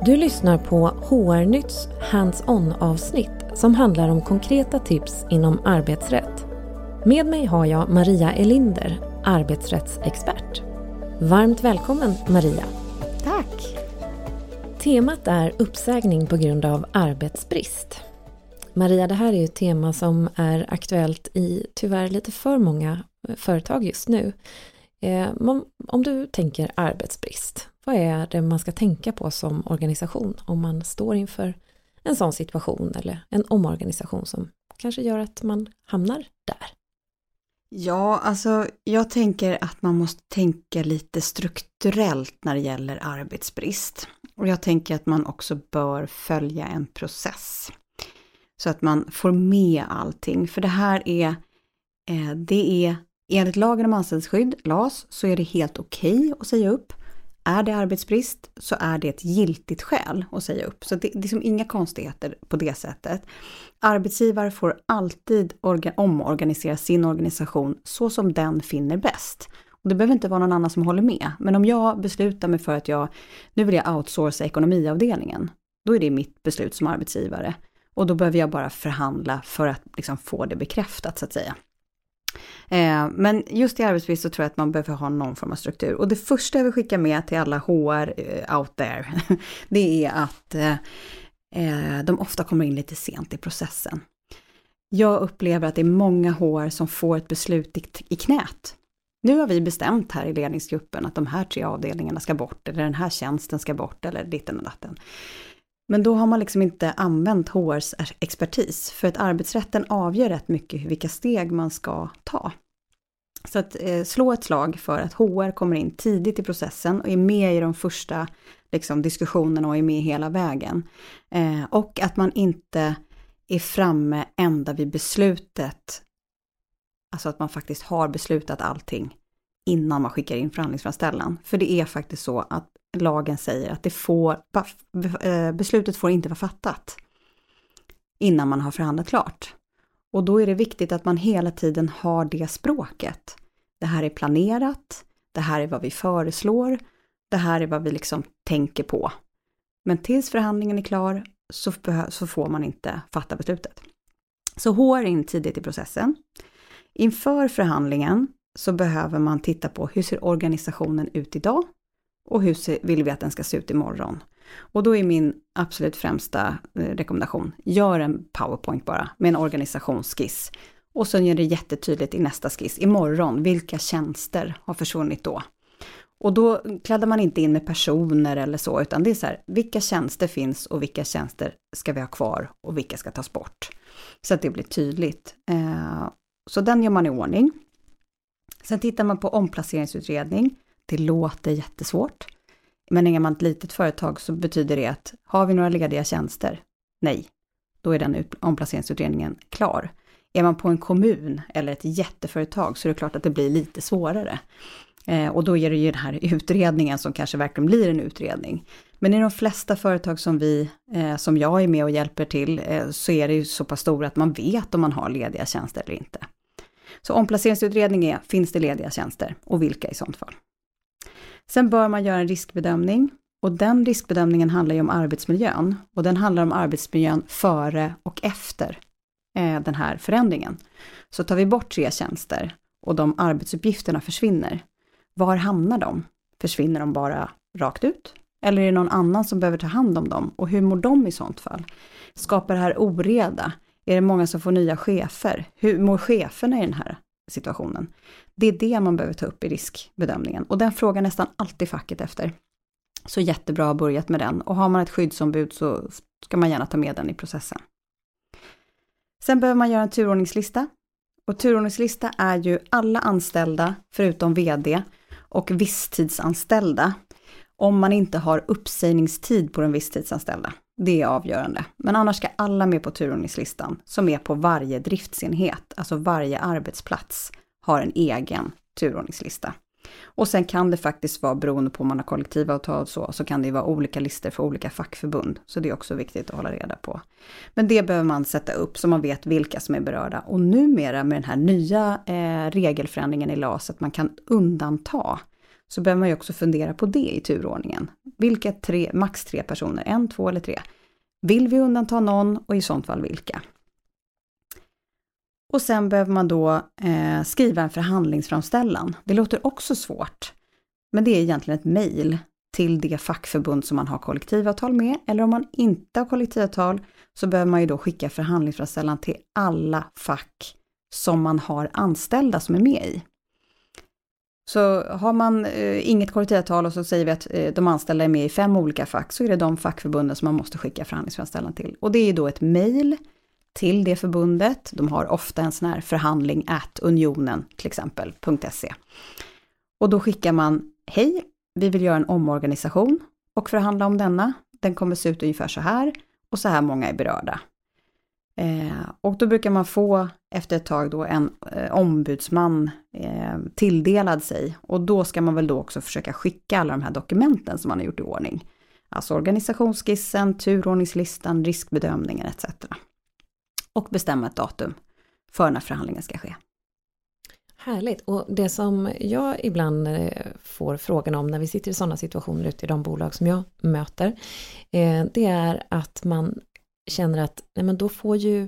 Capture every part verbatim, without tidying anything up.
Du lyssnar på H R-nytts hands-on-avsnitt som handlar om konkreta tips inom arbetsrätt. Med mig har jag Maria Elinder, arbetsrättsexpert. Varmt välkommen Maria. Tack. Temat är uppsägning på grund av arbetsbrist. Maria, det här är ju ett tema som är aktuellt i tyvärr lite för många företag just nu. Om du tänker arbetsbrist, vad är det man ska tänka på som organisation om man står inför en sån situation eller en omorganisation som kanske gör att man hamnar där? Ja, alltså jag tänker att man måste tänka lite strukturellt när det gäller arbetsbrist. Och jag tänker att man också bör följa en process. Så att man får med allting. För det här är, eh, det är enligt lagen om anställningsskydd, L A S, så är det helt okej att säga upp. Är det arbetsbrist så är det ett giltigt skäl att säga upp. Så det, det är liksom inga konstigheter på det sättet. Arbetsgivare får alltid orga, omorganisera sin organisation så som den finner bäst. Och det behöver inte vara någon annan som håller med. Men om jag beslutar mig för att jag, nu vill jag outsourca ekonomiavdelningen. Då är det mitt beslut som arbetsgivare. Och då behöver jag bara förhandla för att liksom få det bekräftat så att säga. Eh, men just i arbetsbrist så tror jag att man behöver ha någon form av struktur. Och det första jag vill skicka med till alla H R eh, out there, det är att eh, de ofta kommer in lite sent i processen. Jag upplever att det är många H R som får ett beslut i, i knät. Nu har vi bestämt här i ledningsgruppen att de här tre avdelningarna ska bort, eller den här tjänsten ska bort, eller ditten och datten. Men då har man liksom inte använt H R:s expertis. För att arbetsrätten avgör rätt mycket vilka steg man ska ta. Så att eh, slå ett slag för att H R kommer in tidigt i processen och är med i de första liksom, diskussionerna och är med hela vägen. Eh, och att man inte är framme ända vid beslutet. Alltså att man faktiskt har beslutat allting innan man skickar in förhandlingsframställan. För det är faktiskt så att lagen säger att det får, beslutet får inte vara fattat innan man har förhandlat klart. Och då är det viktigt att man hela tiden har det språket. Det här är planerat, det här är vad vi föreslår, det här är vad vi liksom tänker på. Men tills förhandlingen är klar så, så får man inte fatta beslutet. Så H R in tidigt i processen. Inför förhandlingen så behöver man titta på hur ser organisationen ut idag och hur vill vi att den ska se ut imorgon. Och då är min absolut främsta rekommendation, gör en PowerPoint bara med en organisationsskiss. Och så gör det jättetydligt i nästa skiss, imorgon, vilka tjänster har försvunnit då. Och då kladdar man inte in med personer eller så, utan det är så här, vilka tjänster finns och vilka tjänster ska vi ha kvar och vilka ska tas bort. Så att det blir tydligt. Så den gör man i ordning. Sen tittar man på omplaceringsutredning. Det låter jättesvårt. Men är man ett litet företag så betyder det att har vi några lediga tjänster? Nej. Då är den omplaceringsutredningen klar. Är man på en kommun eller ett jätteföretag så är det klart att det blir lite svårare. Eh, och då är det ju den här utredningen som kanske verkligen blir en utredning. Men i de flesta företag som vi, eh, som jag är med och hjälper till eh, så är det ju så pass stora att man vet om man har lediga tjänster eller inte. Så omplaceringsutredning är, finns det lediga tjänster och vilka i sånt fall. Sen bör man göra en riskbedömning och den riskbedömningen handlar ju om arbetsmiljön och den handlar om arbetsmiljön före och efter eh, den här förändringen. Så tar vi bort tre tjänster och de arbetsuppgifterna försvinner, var hamnar de? Försvinner de bara rakt ut? Eller är det någon annan som behöver ta hand om dem? Och hur mår de i sånt fall? Skapar det här oreda? Är det många som får nya chefer? Hur mår cheferna i den här situationen? Det är det man behöver ta upp i riskbedömningen. Och den frågar nästan alltid facket efter. Så jättebra att ha börjat med den. Och har man ett skyddsombud så ska man gärna ta med den i processen. Sen behöver man göra en turordningslista. Och turordningslista är ju alla anställda förutom vd och visstidsanställda. Om man inte har uppsägningstid på den visstidsanställda. Det är avgörande. Men annars ska alla med på turordningslistan som är på varje driftsenhet, alltså varje arbetsplats, har en egen turordningslista. Och sen kan det faktiskt vara, beroende på om man har kollektivavtal och så, så kan det vara olika listor för olika fackförbund. Så det är också viktigt att hålla reda på. Men det behöver man sätta upp så man vet vilka som är berörda. Och numera med den här nya eh, regelförändringen i L A S att man kan undanta, så behöver man ju också fundera på det i turordningen. Vilka tre, max tre personer, en, två eller tre. Vill vi undanta någon och i sånt fall vilka? Och sen behöver man då eh, skriva en förhandlingsframställan. Det låter också svårt, men det är egentligen ett mejl till det fackförbund som man har kollektivavtal med. Eller om man inte har kollektivavtal så behöver man ju då skicka förhandlingsframställan till alla fack som man har anställda som är med i. Så har man eh, inget kollektivavtal och så säger vi att eh, de anställda är med i fem olika fack, så är det de fackförbunden som man måste skicka förhandlingsframställan till. Och det är då ett mejl till det förbundet. De har ofta en sån här förhandling at unionen till exempel .se. Och då skickar man: hej, vi vill göra en omorganisation och förhandla om denna. Den kommer se ut ungefär så här och så här många är berörda. Eh, och då brukar man få efter ett tag då en eh, ombudsman eh, tilldelad sig. Och då ska man väl då också försöka skicka alla de här dokumenten som man har gjort i ordning. Alltså organisationsskissen, turordningslistan, riskbedömningen et cetera. Och bestämma ett datum för när förhandlingen ska ske. Härligt. Och det som jag ibland får frågan om när vi sitter i sådana situationer ute i de bolag som jag möter, det är att man känner att nej men då får ju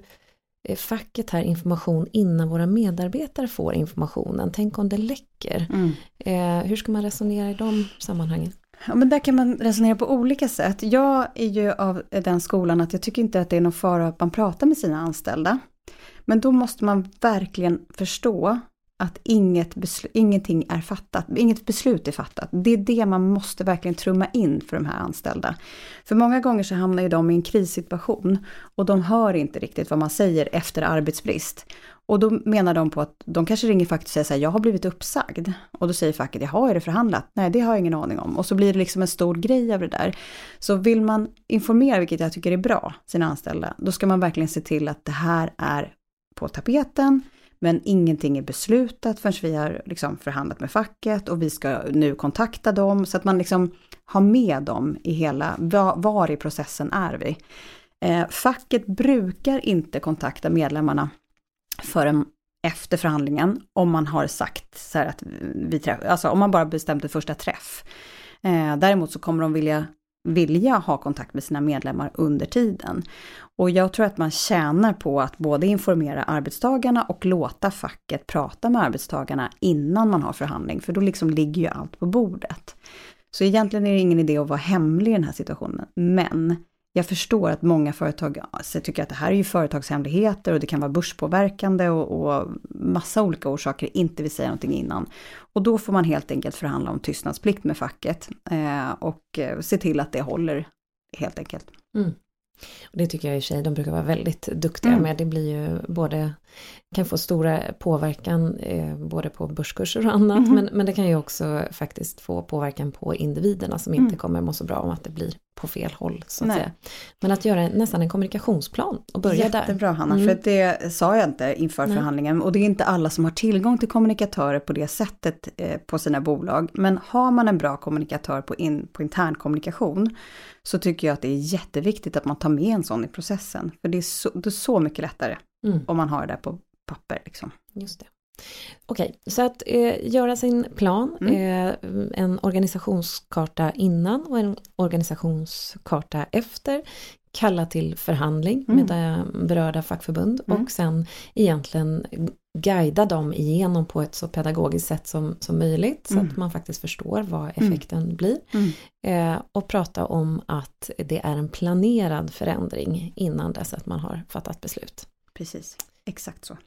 facket här information innan våra medarbetare får informationen. Tänk om det läcker. Mm. Hur ska man resonera i de sammanhangen? Ja, men där kan man resonera på olika sätt. Jag är ju av den skolan att jag tycker inte att det är någon fara att man pratar med sina anställda. Men då måste man verkligen förstå att inget besl- ingenting är fattat, inget beslut är fattat. Det är det man måste verkligen trumma in för de här anställda. För många gånger så hamnar ju de i en krissituation och de hör inte riktigt vad man säger efter arbetsbrist. Och då menar de på att de kanske ringer facket och säger så här: jag har blivit uppsagd. Och då säger facket: jaha, är det förhandlat? Nej, det har jag ingen aning om. Och så blir det liksom en stor grej av det där. Så vill man informera, vilket jag tycker är bra, sina anställda, då ska man verkligen se till att det här är på tapeten. Men ingenting är beslutat förrän vi har liksom förhandlat med facket och vi ska nu kontakta dem. Så att man liksom har med dem i hela, var, var i processen är vi. Eh, facket brukar inte kontakta medlemmarna förrän efter förhandlingen, om man har sagt så här att vi träff, alltså om man bara bestämt en första träff. Eh, däremot så kommer de vilja, vilja ha kontakt med sina medlemmar under tiden. Och jag tror att man tjänar på att både informera arbetstagarna och låta facket prata med arbetstagarna innan man har förhandling. För då liksom ligger ju allt på bordet. Så egentligen är det ingen idé att vara hemlig i den här situationen. Men jag förstår att många företag alltså, tycker att det här är ju företagshemligheter och det kan vara börspåverkande och, och massa olika orsaker inte vill säga någonting innan. Och då får man helt enkelt förhandla om tystnadsplikt med facket eh, och eh, se till att det håller helt enkelt. Mm. Och det tycker jag i sig, de brukar vara väldigt duktiga mm. med. Det blir ju både, kan få stora påverkan eh, både på börskurser och annat. Mm. Men, men det kan ju också faktiskt få påverkan på individerna som inte mm. kommer må så bra om att det blir på fel håll så att Nej. säga. Men att göra nästan en kommunikationsplan och börja Jättebra, där. Jättebra Hanna, mm. för det sa jag inte inför Nej. förhandlingen. Och det är inte alla som har tillgång till kommunikatörer på det sättet eh, på sina bolag. Men har man en bra kommunikatör på, in, på intern kommunikation så tycker jag att det är jätteviktigt att man tar med en sån i processen. För det är så, det är så mycket lättare mm. om man har det där på papper. Liksom. Just det. Okej, så att eh, göra sin plan, mm. eh, en organisationskarta innan och en organisationskarta efter, kalla till förhandling mm. med de berörda fackförbund mm. och sen egentligen guida dem igenom på ett så pedagogiskt sätt som, som möjligt så mm. att man faktiskt förstår vad effekten mm. blir mm. Eh, och prata om att det är en planerad förändring innan dess att man har fattat beslut. Precis, exakt så.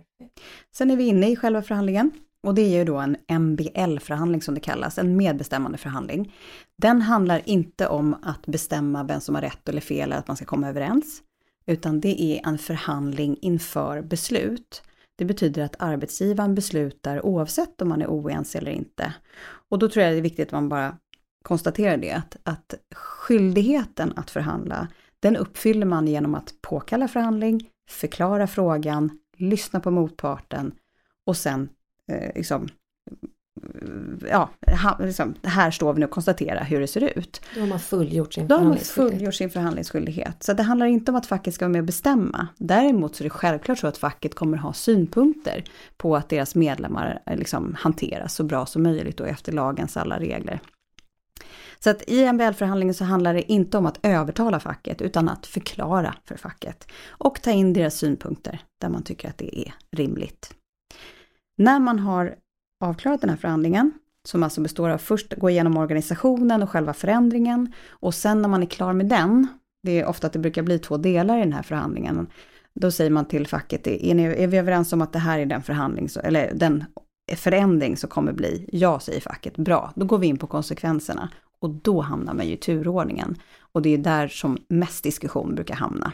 Sen är vi inne i själva förhandlingen och det är ju då en M B L-förhandling som det kallas, en medbestämmande förhandling. Den handlar inte om att bestämma vem som har rätt eller fel eller att man ska komma överens, utan det är en förhandling inför beslut. Det betyder att arbetsgivaren beslutar oavsett om man är oense eller inte. Och då tror jag det är viktigt att man bara konstaterar det, att, att skyldigheten att förhandla, den uppfyller man genom att påkalla förhandling, förklara frågan, lyssna på motparten och sen eh, liksom, ja, liksom, här står vi nu och konstaterar hur det ser ut. Då har man fullgjort sin Då har man förhandlingsskyldighet. fullgjort sin förhandlingsskyldighet. Så det handlar inte om att facket ska vara med och bestämma. Däremot så är det självklart så att facket kommer ha synpunkter på att deras medlemmar liksom hanteras så bra som möjligt och efter lagens alla regler. Så att i en M B L-förhandling så handlar det inte om att övertala facket utan att förklara för facket och ta in deras synpunkter där man tycker att det är rimligt. När man har avklarat den här förhandlingen, som alltså består av först gå igenom organisationen och själva förändringen och sen när man är klar med den, det är ofta att det brukar bli två delar i den här förhandlingen, då säger man till facket, är, ni, är vi överens om att det här är den förhandling, så, eller den förändring som kommer bli, ja säger facket, bra, då går vi in på konsekvenserna och då hamnar man ju i turordningen och det är där som mest diskussion brukar hamna.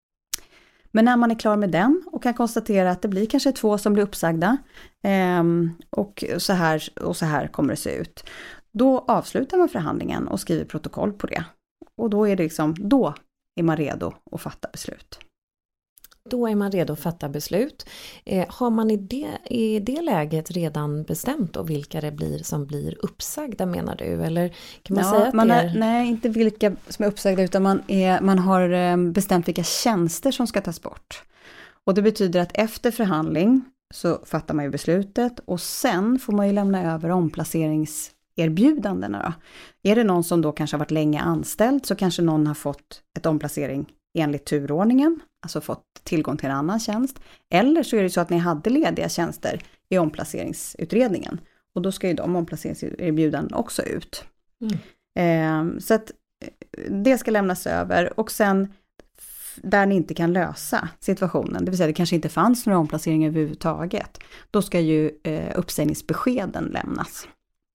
Men när man är klar med den och kan konstatera att det blir kanske två som blir uppsagda eh, och, så här, och så här kommer det se ut. Då avslutar man förhandlingen och skriver protokoll på det. Och då är det liksom, då är man redo att fatta beslut. Då är man redo att fatta beslut. Eh, har man i det, i det läget redan bestämt och vilka det blir som blir uppsagda menar du? Eller kan man ja, säga att man det är... är... Nej, inte vilka som är uppsagda utan man, är, man har bestämt vilka tjänster som ska tas bort. Och det betyder att efter förhandling så fattar man ju beslutet och sen får man ju lämna över omplaceringserbjudandena då. Är det någon som då kanske har varit länge anställd så kanske någon har fått ett omplacering enligt turordningen, alltså fått tillgång till en annan tjänst. Eller så är det så att ni hade lediga tjänster i omplaceringsutredningen. Och då ska ju de omplaceringserbjudanden också ut. Mm. Eh, så att det ska lämnas över och sen där ni inte kan lösa situationen, det vill säga det kanske inte fanns några omplaceringar överhuvudtaget, då ska ju eh, uppsägningsbeskeden lämnas.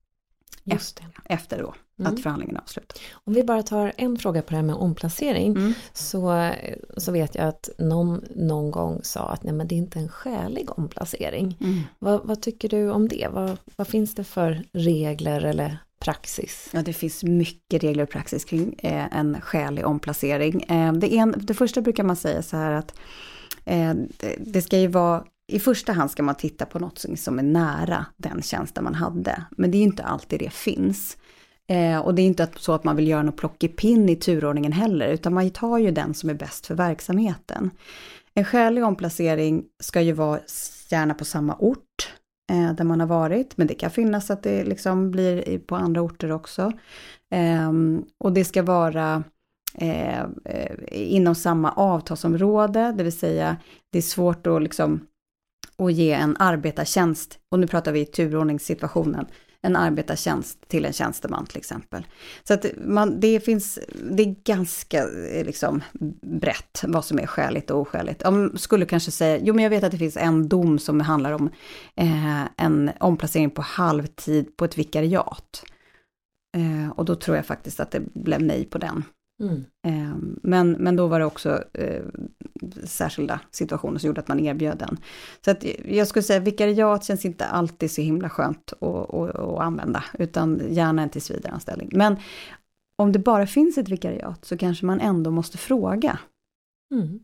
Just det. Efter då. Mm. Att förhandlingen är avslutad. Om vi bara tar en fråga på det här med omplacering mm. så, så vet jag att någon någon gång sa att nej, men det är inte en skälig omplacering. Mm. Vad, vad tycker du om det? Vad, vad finns det för regler eller praxis? Ja, det finns mycket regler och praxis kring eh, en skälig omplacering. Eh, det, en, det första brukar man säga så här att eh, det, det ska ju vara i första hand ska man titta på något som är nära den tjänsten man hade. Men det är inte alltid det finns. Eh, och det är inte så att man vill göra något plockepinn i turordningen heller. Utan man tar ju den som är bäst för verksamheten. En skälig omplacering ska ju vara gärna på samma ort eh, där man har varit. Men det kan finnas att det liksom blir på andra orter också. Eh, och det ska vara... Eh, inom samma avtalsområde. Det vill säga det är svårt att liksom... och ge en arbetartjänst, och nu pratar vi i turordningssituationen, en arbetartjänst till en tjänsteman till exempel. Så att man, det finns, det är ganska liksom brett vad som är skäligt och oskäligt. Jag skulle kanske säga, jo men jag vet att det finns en dom som handlar om eh, en omplacering på halvtid på ett vikariat. Eh, och då tror jag faktiskt att det blev nej på den. Mm. Eh, men, men då var det också eh, särskilda situationer som gjorde att man erbjöd den. Så att jag skulle säga vikariat känns inte alltid så himla skönt att, att, att använda, utan gärna en tillsvidareanställning. Men om det bara finns ett vikariat så kanske man ändå måste fråga. Mm.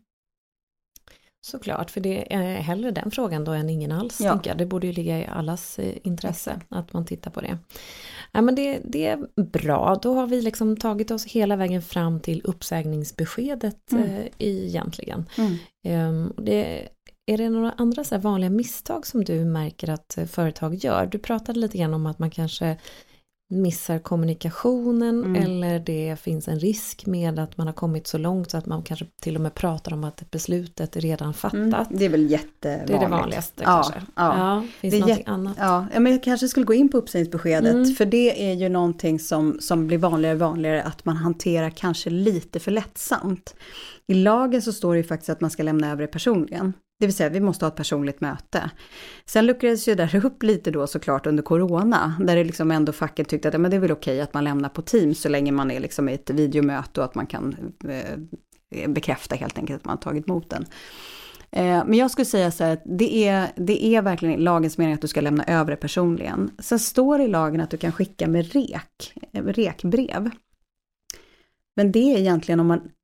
Såklart, för det är hellre den frågan då än ingen alls. Ja. Tänker jag. Det borde ju ligga i allas intresse att man tittar på det. Ja, men det, det är bra, då har vi liksom tagit oss hela vägen fram till uppsägningsbeskedet mm. eh, egentligen. Mm. Um, det, är det några andra så här vanliga misstag som du märker att företag gör? Du pratade lite grann om att man kanske missar kommunikationen mm. eller det finns en risk med att man har kommit så långt så att man kanske till och med pratar om att beslutet är redan fattat. Mm. Det är väl jättevanligt. Det är det vanligaste ja, kanske. Ja. Ja, finns det något annat? Ja, men jag kanske skulle gå in på uppsägningsbeskedet mm. för det är ju någonting som, som blir vanligare och vanligare att man hanterar kanske lite för lättsamt. I lagen så står det ju faktiskt att man ska lämna över det personligen. Det vill säga, vi måste ha ett personligt möte. Sen luckrades ju där upp lite då såklart under corona. Där det liksom ändå facket tyckte att ja, men det är väl okej att man lämnar på Teams så länge man är liksom i ett videomöte och att man kan eh, bekräfta helt enkelt att man har tagit emot den. Eh, men jag skulle säga så här att det är, det är verkligen lagens mening att du ska lämna över det personligen. Sen står det i lagen att du kan skicka med rek, rekbrev. Men det är egentligen om man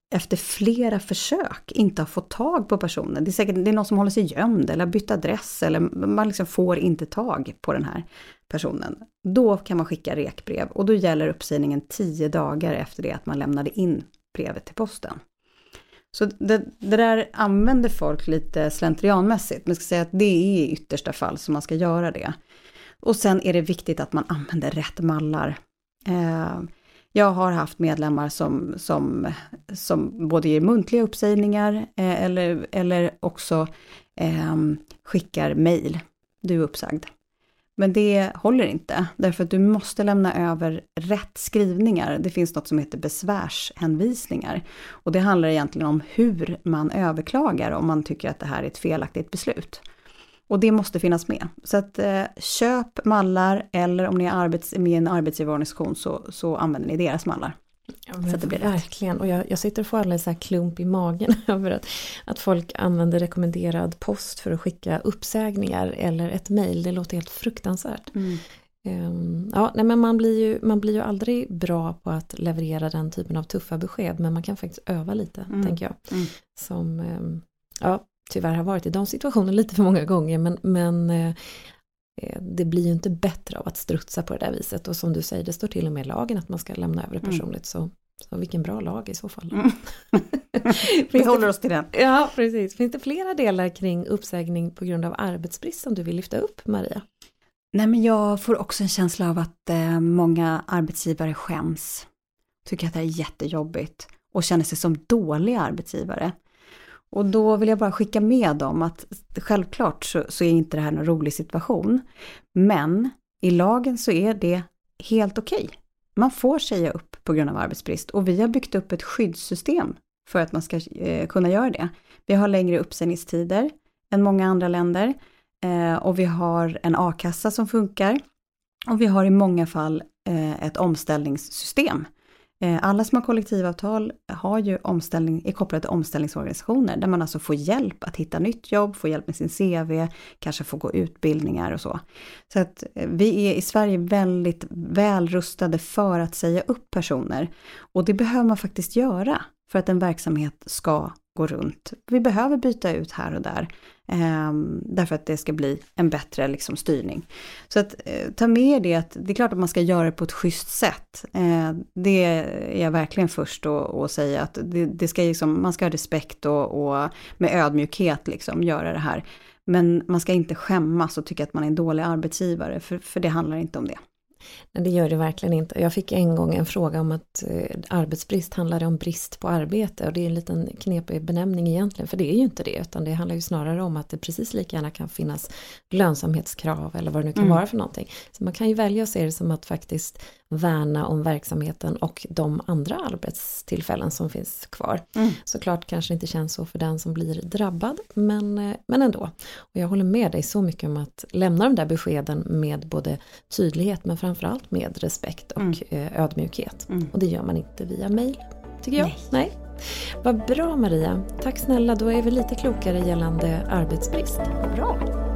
efter flera försök inte har fått tag på personen. Det är säkert det är någon som håller sig gömd eller har bytt adress eller man liksom får inte tag på den här personen. Då kan man skicka rekbrev och då gäller uppsägningen tio dagar efter det att man lämnade in brevet till posten. Så det, det där använder folk lite slentrianmässigt, men jag ska säga att det är i yttersta fall som man ska göra det. Och sen är det viktigt att man använder rätt mallar. Eh, jag har haft medlemmar som, som, som både ger muntliga uppsägningar eh, eller, eller också eh, skickar mejl. Du är uppsagd. Men det håller inte, därför att du måste lämna över rätt skrivningar. Det finns något som heter besvärshänvisningar. Och det handlar egentligen om hur man överklagar om man tycker att det här är ett felaktigt beslut. Och det måste finnas med. Så att eh, köp mallar eller om ni är arbets, med i en arbetsgivarorganisation så, så använder ni deras mallar. Ja, så att det blir verkligen. Och jag, jag sitter och får alldeles så här klump i magen över att, att folk använder rekommenderad post för att skicka uppsägningar eller ett mejl. Det låter helt fruktansvärt. Mm. Um, ja, nej, men man blir, ju, man blir ju aldrig bra på att leverera den typen av tuffa besked, men man kan faktiskt öva lite, mm. tänker jag. Mm. Som, um, ja, tyvärr har varit i de situationerna lite för många gånger, men, men eh, det blir ju inte bättre av att strutsa på det där viset. Och som du säger, det står till och med i lagen att man ska lämna över det personligt. Mm. Så, så vilken bra lag i så fall. Mm. Vi håller oss till den. Ja, precis. Finns det flera delar kring uppsägning på grund av arbetsbrist som du vill lyfta upp, Maria? Nej, men jag får också en känsla av att eh, många arbetsgivare skäms. Tycker att det är jättejobbigt och känner sig som dåliga arbetsgivare. Och då vill jag bara skicka med dem att självklart så, så är inte det här en rolig situation. Men i lagen så är det helt okej. Man får säga upp på grund av arbetsbrist. Och vi har byggt upp ett skyddssystem för att man ska eh, kunna göra det. Vi har längre uppsägningstider än många andra länder. Eh, och vi har en a-kassa som funkar. Och vi har i många fall eh, ett omställningssystem. Alla som har kollektivavtal har ju omställning, är kopplade till omställningsorganisationer där man alltså får hjälp att hitta nytt jobb, får hjälp med sin C V, kanske får gå utbildningar och så. Så att vi är i Sverige väldigt väl rustade för att säga upp personer och det behöver man faktiskt göra för att en verksamhet ska gå runt. Vi behöver byta ut här och där eh, därför att det ska bli en bättre liksom, styrning. Så att eh, ta med det att det är klart att man ska göra det på ett schysst sätt. Eh, det är jag verkligen först att säga att det, det ska liksom, man ska ha respekt och, och med ödmjukhet liksom, göra det här. Men man ska inte skämmas och tycka att man är en dålig arbetsgivare för, för det handlar inte om det. Nej, det gör det verkligen inte. Jag fick en gång en fråga om att eh, arbetsbrist handlar om brist på arbete och det är en liten knepig benämning egentligen, för det är ju inte det, utan det handlar ju snarare om att det precis lika gärna kan finnas lönsamhetskrav eller vad det nu kan mm. vara för någonting. Så man kan ju välja att se det som att faktiskt värna om verksamheten och de andra arbetstillfällen som finns kvar. Mm. Såklart kanske inte känns så för den som blir drabbad, men, men ändå. Och jag håller med dig så mycket om att lämna de där beskeden med både tydlighet men framförallt med respekt och mm. ödmjukhet. Mm. Och det gör man inte via mejl, tycker jag. Nej. Nej. Vad bra, Maria. Tack snälla, då är vi lite klokare gällande arbetsbrist. Bra.